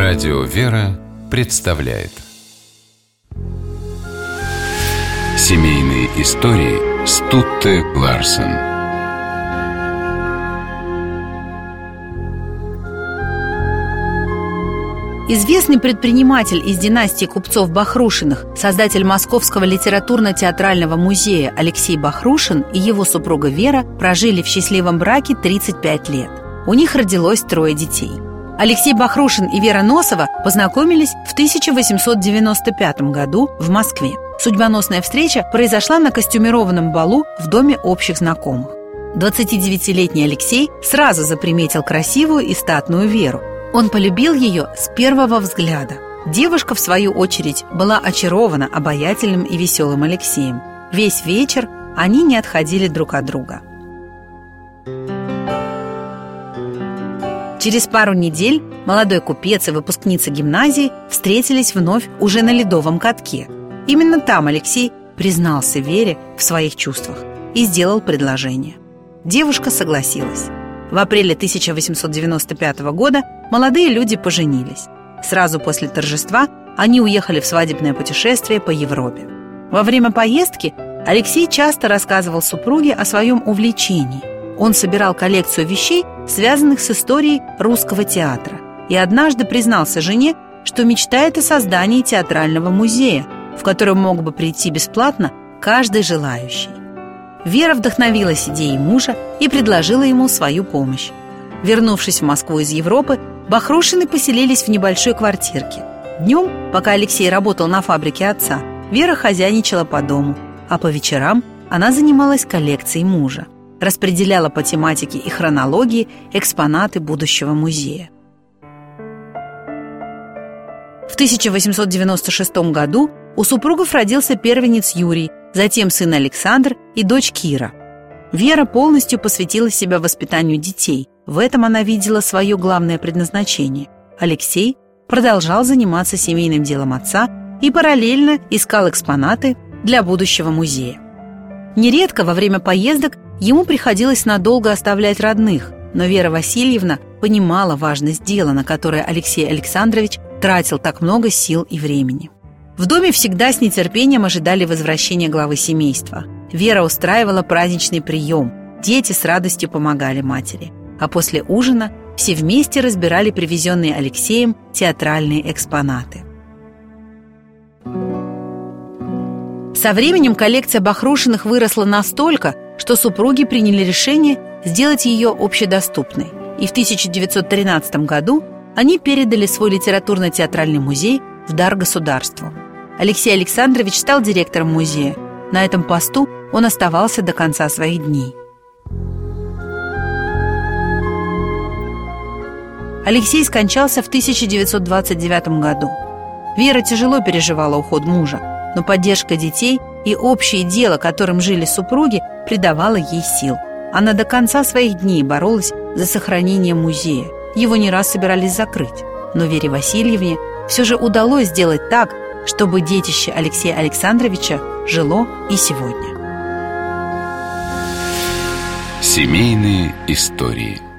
Радио «Вера» представляет семейные истории Стутте Ларсен. Известный предприниматель из династии купцов Бахрушиных, создатель Московского литературно-театрального музея Алексей Бахрушин и его супруга Вера прожили в счастливом браке 35 лет. У них родилось 3 детей. Алексей Бахрушин и Вера Носова познакомились в 1895 году в Москве. Судьбоносная встреча произошла на костюмированном балу в доме общих знакомых. 29-летний Алексей сразу заприметил красивую и статную Веру. Он полюбил ее с первого взгляда. Девушка, в свою очередь, была очарована обаятельным и веселым Алексеем. Весь вечер они не отходили друг от друга. Через пару недель молодой купец и выпускница гимназии встретились вновь уже на ледовом катке. Именно там Алексей признался Вере в своих чувствах и сделал предложение. Девушка согласилась. В апреле 1895 года молодые люди поженились. Сразу после торжества они уехали в свадебное путешествие по Европе. Во время поездки Алексей часто рассказывал супруге о своем увлечении. Он собирал коллекцию вещей, связанных с историей русского театра, и однажды признался жене, что мечтает о создании театрального музея, в который мог бы прийти бесплатно каждый желающий. Вера вдохновилась идеей мужа и предложила ему свою помощь. Вернувшись в Москву из Европы, Бахрушины поселились в небольшой квартирке. Днем, пока Алексей работал на фабрике отца, Вера хозяйничала по дому, а по вечерам она занималась коллекцией мужа, распределяла по тематике и хронологии экспонаты будущего музея. В 1896 году у супругов родился первенец Юрий, затем сын Александр и дочь Кира. Вера полностью посвятила себя воспитанию детей. В этом она видела свое главное предназначение. Алексей продолжал заниматься семейным делом отца и параллельно искал экспонаты для будущего музея. Нередко во время поездок ему приходилось надолго оставлять родных, но Вера Васильевна понимала важность дела, на которое Алексей Александрович тратил так много сил и времени. В доме всегда с нетерпением ожидали возвращения главы семейства. Вера устраивала праздничный прием, дети с радостью помогали матери. А после ужина все вместе разбирали привезенные Алексеем театральные экспонаты. Со временем коллекция Бахрушиных выросла настолько, что супруги приняли решение сделать ее общедоступной. И в 1913 году они передали свой литературно-театральный музей в дар государству. Алексей Александрович стал директором музея. На этом посту он оставался до конца своих дней. Алексей скончался в 1929 году. Вера тяжело переживала уход мужа, но поддержка детей и общее дело, которым жили супруги, придавало ей сил. Она до конца своих дней боролась за сохранение музея. Его не раз собирались закрыть. Но Вере Васильевне все же удалось сделать так, чтобы детище Алексея Александровича жило и сегодня. Семейные истории.